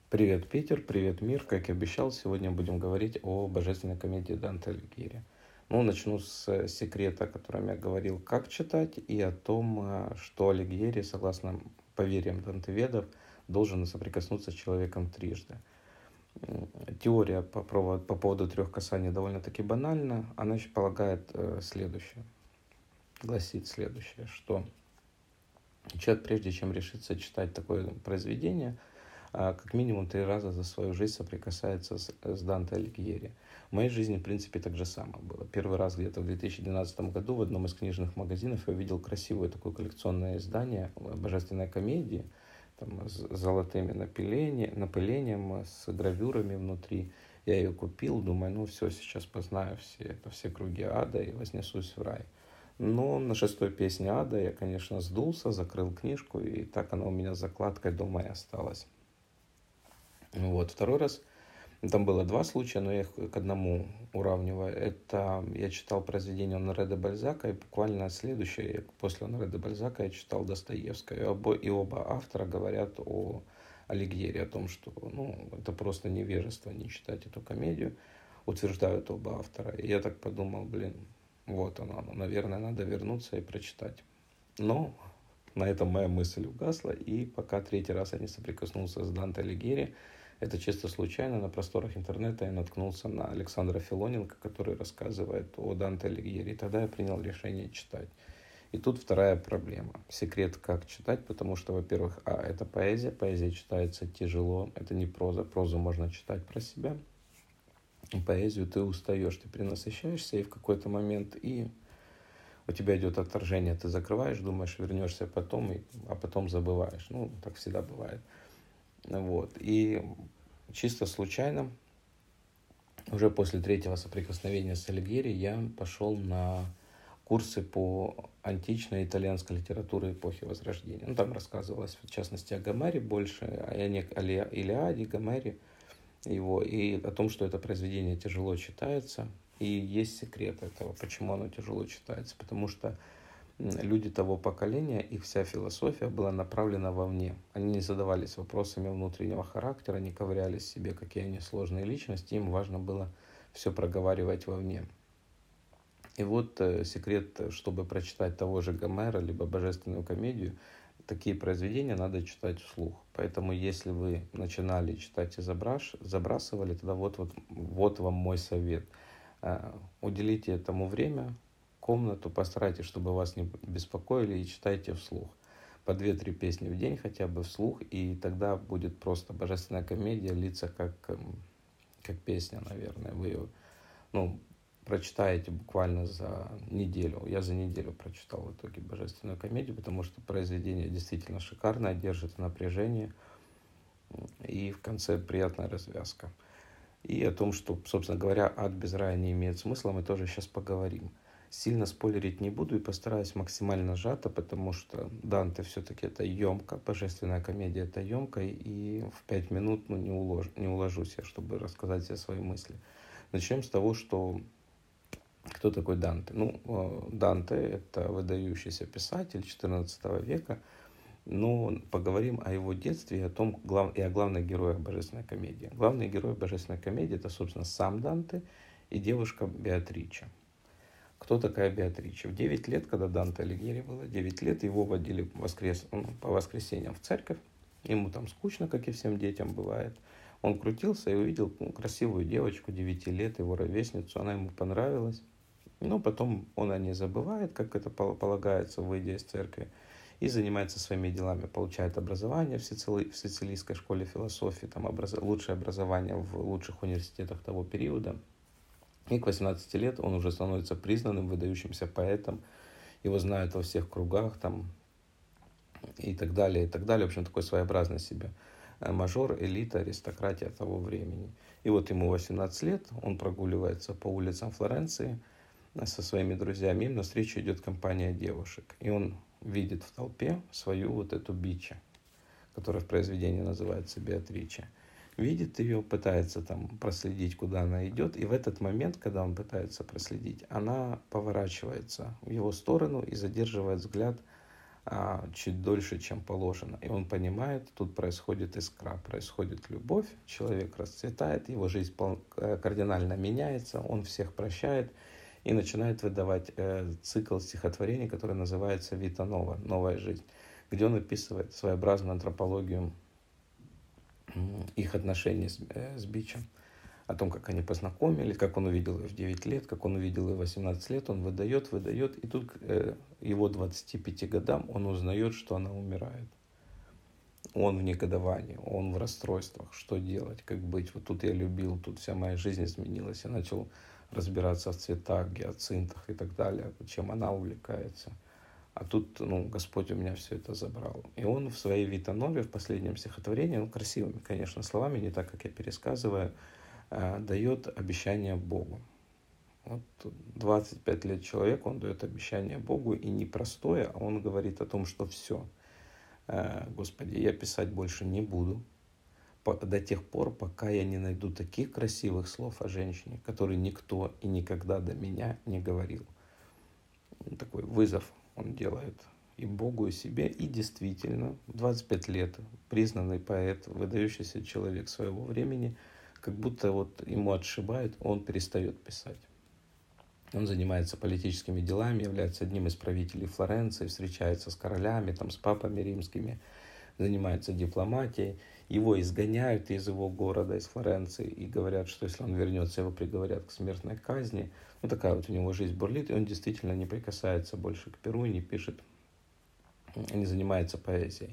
Привет, Питер, привет, мир. Как и обещал, сегодня будем говорить о божественной комедии Данте Алигьери. Начну с секрета, о котором я говорил, как читать, и о том, что Алигьери, согласно поверьям дантеведов, должен соприкоснуться с человеком трижды. Теория по поводу трех касаний довольно-таки банальна. Она полагает следующее, гласит следующее, что человек, прежде чем решиться читать такое произведение, как минимум 3 раза за свою жизнь соприкасается с Данте Алигьери. В моей жизни, в принципе, так же самое было. Первый раз где-то в 2012 году в одном из книжных магазинов я увидел красивое такое коллекционное издание божественной комедии, там, с золотыми напылением, с гравюрами внутри. Я ее купил, думаю, все, сейчас познаю все круги ада и вознесусь в рай. Но на шестой песне ада я, конечно, сдулся, закрыл книжку, и так она у меня закладкой дома и осталась. Второй раз, там было 2 случая, но я их к одному уравниваю. Это я читал произведение Оноре де Бальзака, и буквально следующее, после Оноре де Бальзака, я читал Достоевского. И оба автора говорят о Алигьери, о том, что это просто невежество не читать эту комедию, утверждают оба автора. И я так подумал, вот оно, наверное, надо вернуться и прочитать. Но на этом моя мысль угасла, и пока 3-й раз я не соприкоснулся с Данте Алигьери, это чисто случайно на просторах интернета я наткнулся на Александра Филоненко, который рассказывает о Данте Алигьери, и тогда я принял решение читать. И тут вторая проблема. Секрет, как читать, потому что, во-первых, это поэзия читается тяжело, это не проза, прозу можно читать про себя. Поэзию ты устаешь, ты перенасыщаешься, и в какой-то момент у тебя идет отторжение, ты закрываешь, думаешь, вернешься потом, а потом забываешь. Так всегда бывает. И чисто случайно, уже после 3-го соприкосновения с Алигьери, я пошел на курсы по античной итальянской литературе эпохи Возрождения. Там рассказывалось, в частности, о Гомере больше, о Илиаде, Гомере, и о том, что это произведение тяжело читается. И есть секрет этого, почему оно тяжело читается. Потому что люди того поколения, их вся философия была направлена вовне. Они не задавались вопросами внутреннего характера, не ковырялись в себе, какие они сложные личности, им важно было все проговаривать вовне. И секрет, чтобы прочитать того же Гомера, либо божественную комедию, такие произведения надо читать вслух. Поэтому если вы начинали читать и забрасывали, тогда вот вам мой совет. Уделите этому время, комнату, постарайтесь, чтобы вас не беспокоили, и читайте вслух. По 2-3 песни в день хотя бы вслух, и тогда будет просто божественная комедия литься как песня, наверное. Вы ее прочитаете буквально за неделю. Я за неделю прочитал в итоге божественную комедию, потому что произведение действительно шикарное, держит напряжение, и в конце приятная развязка. И о том, что, собственно говоря, ад без рая не имеет смысла, мы тоже сейчас поговорим. Сильно спойлерить не буду и постараюсь максимально сжато, потому что Данте все-таки это емко, божественная комедия это емко, и в 5 минут не уложусь я, чтобы рассказать все свои мысли. Начнем с того, что кто такой Данте? Данте это выдающийся писатель XIV века, но поговорим о его детстве и о главных героях божественной комедии. Главный герой божественной комедии это, собственно, сам Данте и девушка Беатрича. Кто такая Беатрича? В 9 лет, когда Данте Алигьери было 9 лет, его водили по воскресеньям в церковь. Ему там скучно, как и всем детям бывает. Он крутился и увидел красивую девочку 9 лет, его ровесницу. Она ему понравилась. Но потом он о ней забывает, как это полагается, выйдя из церкви, и занимается своими делами, получает образование в Сицилийской школе философии, там лучшее образование в лучших университетах того периода. И к 18 лет он уже становится признанным, выдающимся поэтом, его знают во всех кругах там, и так далее, и так далее. В общем, такой своеобразный себе мажор, элита, аристократия того времени. И ему 18 лет, он прогуливается по улицам Флоренции со своими друзьями, им навстречу идет компания девушек. И он видит в толпе свою эту бича, которая в произведении называется Беатрича. Видит ее, пытается там проследить, куда она идет, и в этот момент, когда он пытается проследить, она поворачивается в его сторону и задерживает взгляд чуть дольше, чем положено. И он понимает, тут происходит искра, происходит любовь, человек расцветает, его жизнь кардинально меняется, он всех прощает и начинает выдавать цикл стихотворений, который называется «Вита Нова», «Новая жизнь», где он описывает своеобразную антропологию их отношений с Бичем, о том, как они познакомились, как он увидел ее в 9 лет, как он увидел ее в 18 лет, он выдает, и тут его 25 годам он узнает, что она умирает. Он в негодовании, он в расстройствах, что делать, как быть. Вот тут я любил, тут вся моя жизнь изменилась. Я начал разбираться в цветах, гиацинтах и так далее, чем она увлекается. А тут, Господь у меня все это забрал. И он в своей Вита Нове, в последнем стихотворении, красивыми, конечно, словами, не так, как я пересказываю, дает обещание Богу. Вот 25 лет человек, он дает обещание Богу, и не простое, а он говорит о том, что все, Господи, я писать больше не буду до тех пор, пока я не найду таких красивых слов о женщине, которые никто и никогда до меня не говорил. Такой вызов он делает и Богу, и себе. И действительно, 25 лет признанный поэт, выдающийся человек своего времени, как будто вот ему отшибает, он перестает писать. Он занимается политическими делами, является одним из правителей Флоренции, встречается с королями, с папами римскими, занимается дипломатией. Его изгоняют из его города, из Флоренции, и говорят, что если он вернется, его приговорят к смертной казни. Такая вот у него жизнь бурлит, и он действительно не прикасается больше к перу, не пишет, не занимается поэзией.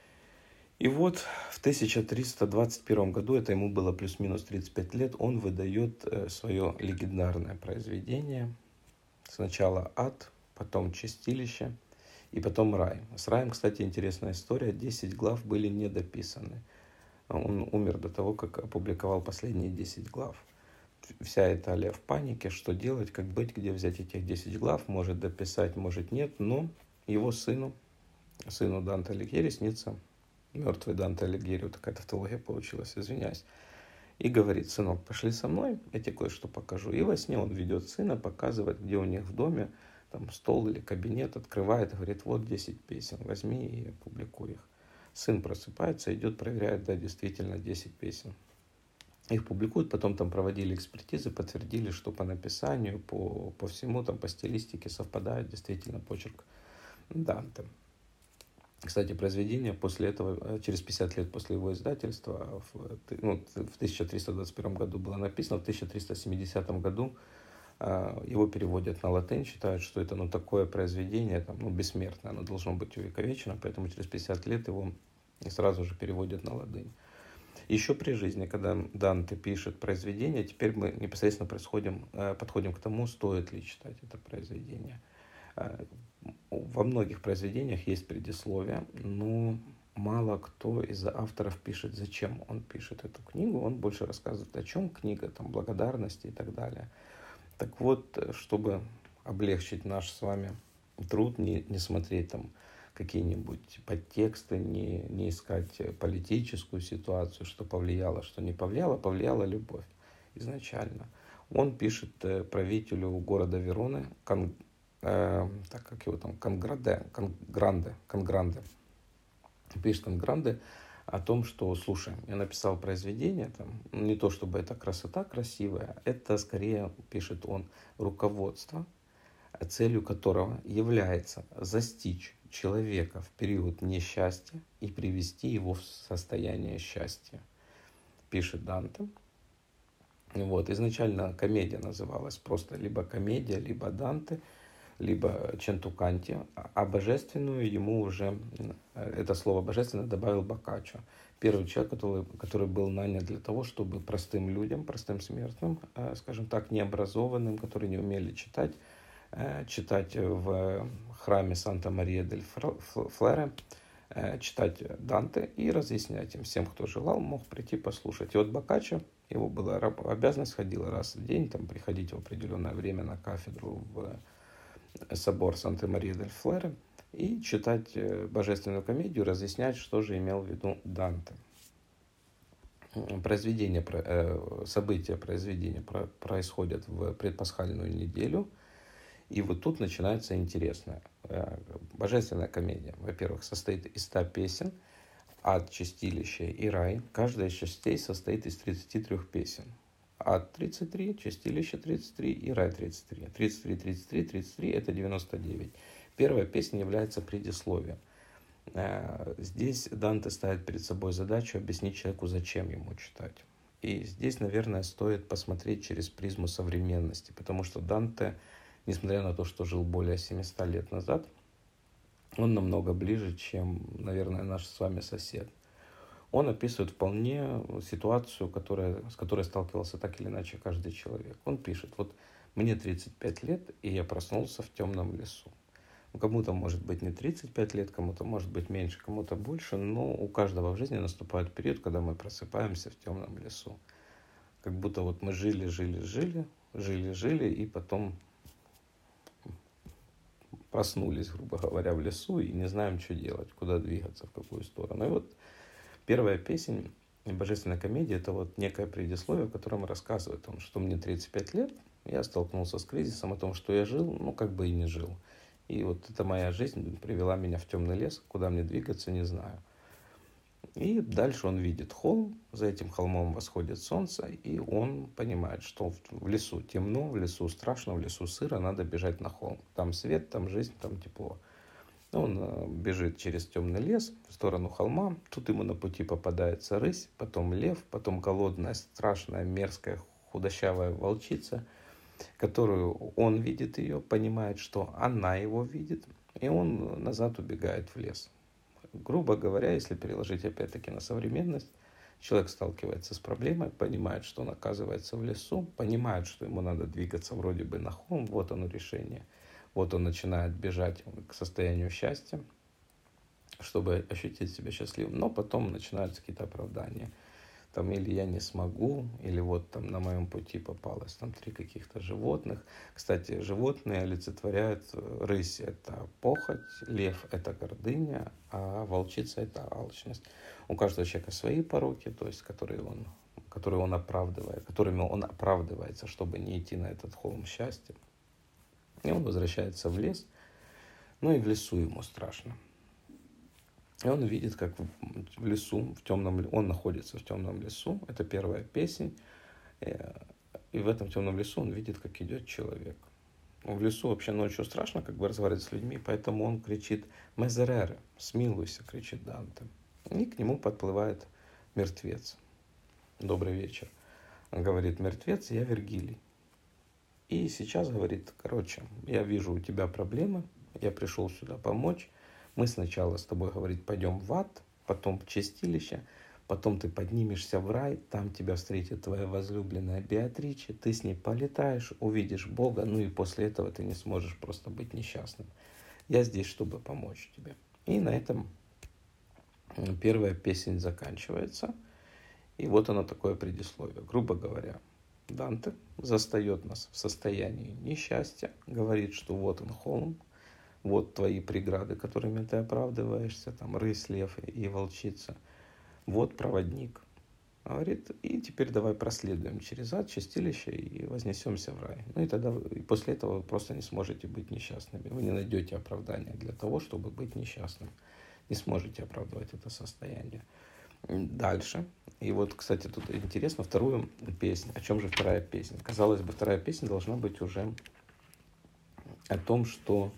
И вот в 1321 году, это ему было плюс-минус 35 лет, он выдает свое легендарное произведение. Сначала «Ад», потом «Чистилище» и потом «Рай». С «Раем», кстати, интересная история. 10 глав были недописаны. Он умер до того, как опубликовал последние 10 глав. Вся Италия в панике, что делать, как быть, где взять этих 10 глав, может дописать, может нет. Но его сыну Данте Алигьери снится мертвый Данте Алигьери, вот такая тавтология получилась, извиняюсь, и говорит: сынок, пошли со мной, я тебе кое-что покажу. И во сне он ведет сына, показывает, где у них в доме стол или кабинет, открывает, говорит: вот 10 песен, возьми и опубликуй их. Сын просыпается, идет, проверяет, да, действительно 10 песен. Их публикуют, потом проводили экспертизы, подтвердили, что по написанию, по всему, по стилистике совпадает действительно почерк Данте. Кстати, произведение после этого, через 50 лет после его издательства, в 1321 году было написано, в 1370 году его переводят на латынь, считают, что это такое произведение, бессмертное, оно должно быть увековечено, поэтому через 50 лет его сразу же переводят на латынь. Еще при жизни, когда Данте пишет произведение, теперь мы непосредственно подходим к тому, стоит ли читать это произведение. Во многих произведениях есть предисловие, но мало кто из авторов пишет, зачем он пишет эту книгу. Он больше рассказывает, о чем книга, благодарности и так далее. Так вот, чтобы облегчить наш с вами труд, не смотреть какие-нибудь подтексты, не искать политическую ситуацию, что повлияло, что не повлияло, повлияла любовь изначально. Он пишет правителю города Вероны, Конгранде, пишет Конгранде о том, что, слушай, я написал произведение, не то чтобы это красота красивая, это скорее, пишет он, руководство, целью которого является застичь человека в период несчастья и привести его в состояние счастья, пишет Данте. Изначально комедия называлась просто либо комедия, либо Данте, либо Чентуканти, а божественную ему уже, это слово божественное добавил Боккаччо. Первый человек, который был нанят для того, чтобы простым людям, простым смертным, скажем так, необразованным, которые не умели читать в храме Санта-Мария-дель-Флере, читать Данте и разъяснять им. Всем, кто желал, мог прийти послушать. И вот Боккаччо, его была обязанность, ходила раз в день, приходить в определенное время на кафедру в собор Санта-Мария-дель-Флере и читать божественную комедию, разъяснять, что же имел в виду Данте. События произведения происходят в предпасхальную неделю, И вот тут начинается интересное. Божественная комедия, во-первых, состоит из 100 песен, ад, чистилище и рай. Каждая из частей состоит из 33 песен. Ад 33, чистилище 33 и рай 33. 33, 33, 33 это 99. Первая песня является предисловием. Здесь Данте ставит перед собой задачу объяснить человеку, зачем ему читать. И здесь, наверное, стоит посмотреть через призму современности, потому что Данте, несмотря на то, что жил более 700 лет назад, он намного ближе, чем, наверное, наш с вами сосед. Он описывает вполне ситуацию, с которой сталкивался так или иначе каждый человек. Он пишет: вот мне 35 лет, и я проснулся в темном лесу. Кому-то может быть не 35 лет, кому-то может быть меньше, кому-то больше, но у каждого в жизни наступает период, когда мы просыпаемся в темном лесу. Как будто вот мы жили, и потом проснулись, грубо говоря, в лесу и не знаем, что делать, куда двигаться, в какую сторону. И вот первая песня «Божественная комедия» — это вот некое предисловие, в котором рассказывает о том, что мне 35 лет, я столкнулся с кризисом, о том, что я жил, как бы и не жил. И вот эта моя жизнь привела меня в темный лес, куда мне двигаться, не знаю. И дальше он видит холм, за этим холмом восходит солнце, и он понимает, что в лесу темно, в лесу страшно, в лесу сыро, надо бежать на холм. Там свет, там жизнь, там тепло. Он бежит через темный лес в сторону холма. Тут ему на пути попадается рысь, потом лев, потом голодная, страшная, мерзкая, худощавая волчица, которую он видит ее, понимает, что она его видит, и он назад убегает в лес. Грубо говоря, если переложить опять-таки на современность, человек сталкивается с проблемой, понимает, что он оказывается в лесу, понимает, что ему надо двигаться вроде бы на холм, вот оно решение. Вот он начинает бежать к состоянию счастья, чтобы ощутить себя счастливым, но потом начинаются какие-то оправдания. Там или я не смогу, или вот там на моем пути попалось там 3 каких-то животных. Кстати, животные олицетворяют: рысь — это похоть, лев — это гордыня, а волчица — это алчность. У каждого человека свои пороки, то есть которые он оправдывает, которыми он оправдывается, чтобы не идти на этот холм счастья. И он возвращается в лес, и в лесу ему страшно. И он видит, как в лесу, он находится в темном лесу, это первая песня, и в этом темном лесу он видит, как идет человек. В лесу вообще ночью страшно разговаривать с людьми, поэтому он кричит «Мезерере», «Смилуйся», кричит Данте. И к нему подплывает мертвец. «Добрый вечер», говорит мертвец, «я Вергилий». И сейчас говорит: я вижу у тебя проблемы, я пришел сюда помочь. Мы сначала с тобой, говорит, пойдем в ад, потом в чистилище, потом ты поднимешься в рай, там тебя встретит твоя возлюбленная Беатриче, ты с ней полетаешь, увидишь Бога, и после этого ты не сможешь просто быть несчастным. Я здесь, чтобы помочь тебе. И на этом первая песня заканчивается. И вот оно такое предисловие. Грубо говоря, Данте застает нас в состоянии несчастья, говорит, что вот он холм, вот твои преграды, которыми ты оправдываешься, там рысь, лев и волчица, вот проводник. Говорит, и теперь давай проследуем через ад, чистилище и вознесемся в рай. И после этого вы просто не сможете быть несчастными. Вы не найдете оправдания для того, чтобы быть несчастным. Не сможете оправдывать это состояние. Дальше. И вот, кстати, тут интересно, вторую песню. О чем же вторая песня? Казалось бы, вторая песня должна быть уже о том, что...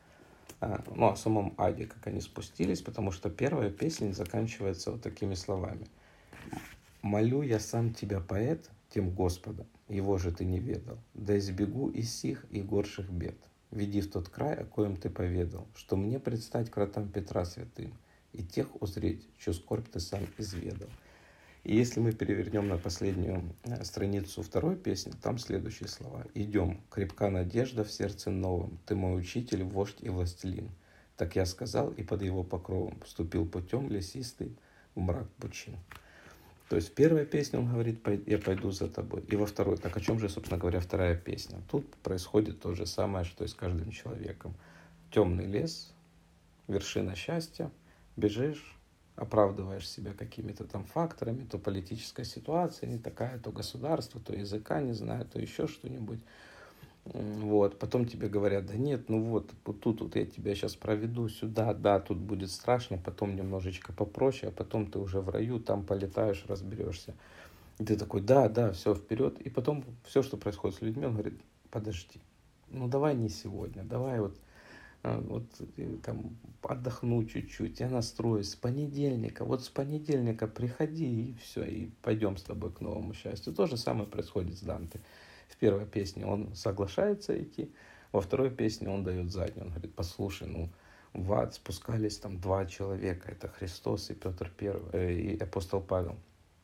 о самом аде, как они спустились, потому что первая песня заканчивается вот такими словами. «Молю я сам тебя, поэт, тем Господа, его же ты не ведал, да избегу из сих и горших бед. Веди в тот край, о коем ты поведал, что мне предстать к вратам Петра святым, и тех узреть, чью скорбь ты сам изведал». И если мы перевернем на последнюю страницу второй песни, там следующие слова. «Идем, крепка надежда в сердце новом, ты мой учитель, вождь и властелин. Так я сказал, и под его покровом вступил путем лесистый в мрак пучин». То есть в первой песне он говорит: «Я пойду за тобой». И во второй. Так о чем же, собственно говоря, вторая песня? Тут происходит то же самое, что и с каждым человеком. Темный лес, вершина счастья, бежишь, оправдываешь себя какими-то там факторами, то политическая ситуация не такая, то государство, то языка не знаю, то еще что-нибудь. Вот, потом тебе говорят, да нет, ну вот тут вот я тебя сейчас проведу сюда, да, тут будет страшно, потом немножечко попроще, а потом ты уже в раю, там полетаешь, разберешься. И ты такой, да, все, вперед. И потом все, что происходит с людьми, он говорит, подожди, ну давай не сегодня, давай вот там отдохну чуть-чуть, я настроюсь с понедельника, вот с понедельника приходи и все, и пойдем с тобой к новому счастью. То же самое происходит с Данте. В первой песне он соглашается идти, во второй песне он дает заднюю, он говорит, послушай, ну в ад спускались там два человека, это Христос и Петр Первый, и апостол Павел.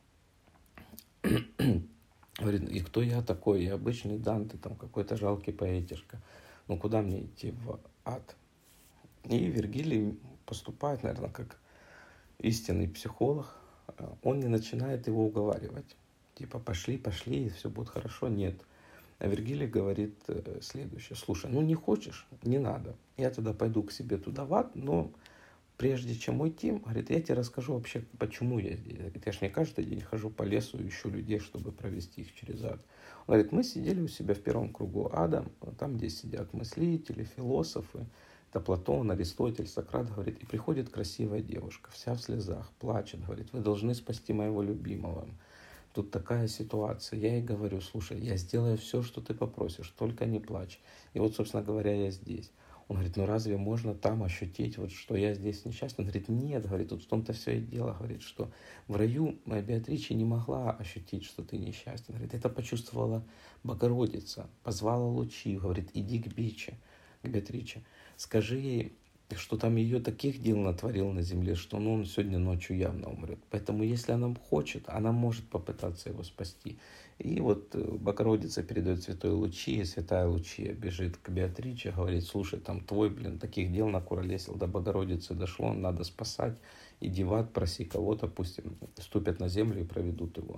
Говорит, и кто я такой? Я обычный Данте, там какой-то жалкий поэтишка. Ну куда мне идти в ад? И Вергилий поступает, наверное, как истинный психолог. Он не начинает его уговаривать. Типа, пошли, и все будет хорошо. Нет. А Вергилий говорит следующее. Слушай, ну не хочешь, не надо. Я тогда пойду к себе туда в ад, но прежде чем уйти, говорит, я тебе расскажу вообще, почему я здесь. Говорит, я ж не каждый день хожу по лесу, ищу людей, чтобы провести их через ад. Он говорит, мы сидели у себя в первом кругу ада, там, где сидят мыслители, философы, это Платон, Аристотель, Сократ, говорит, и приходит красивая девушка, вся в слезах, плачет, говорит, вы должны спасти моего любимого. Тут такая ситуация. Я ей говорю, слушай, я сделаю все, что ты попросишь, только не плачь. И вот, собственно говоря, я здесь. Он говорит, ну разве можно там ощутить, вот, что я здесь несчастный? Он говорит, нет, говорит, тут в том-то все и дело, говорит, что в раю моя Беатрича не могла ощутить, что ты несчастный. Говорит, это почувствовала Богородица, позвала лучи, говорит, иди к Биче, к Беатриче, скажи ей, что там ее таких дел натворил на земле, что ну, он сегодня ночью явно умрет. Поэтому, если она хочет, она может попытаться его спасти. И вот Богородица передает Святой Лучии, Святая Лучия бежит к Беатриче, говорит, слушай, там твой, таких дел накуролесил, до Богородицы дошло, надо спасать, иди в ад, проси кого-то, пусть ступят на землю и проведут его.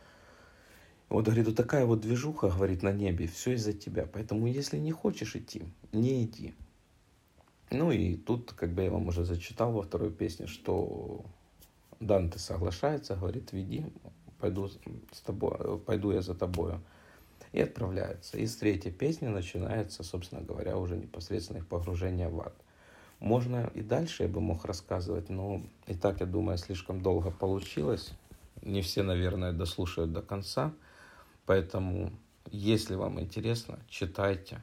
Вот, говорит, вот такая вот движуха, говорит, на небе, все из-за тебя. Поэтому, если не хочешь идти, не иди. Ну и тут, как бы я вам уже зачитал во второй песне, что Данте соглашается, говорит, веди, пойду с тобой, пойду я за тобою. И отправляется. И с третьей песни начинается, собственно говоря, уже непосредственно их погружение в ад. Можно и дальше я бы мог рассказывать, но и так, я думаю, слишком долго получилось. Не все, наверное, дослушают до конца. Поэтому, если вам интересно, читайте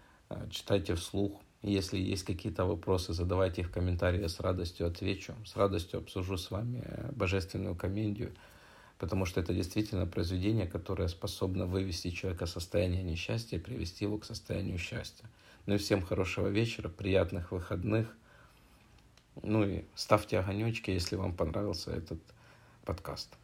вслух. Если есть какие-то вопросы, задавайте их в комментарии, я с радостью отвечу, с радостью обсужу с вами божественную комедию, потому что это действительно произведение, которое способно вывести человека из состояния несчастья и привести его к состоянию счастья. Ну и всем хорошего вечера, приятных выходных. Ну и ставьте огонечки, если вам понравился этот подкаст.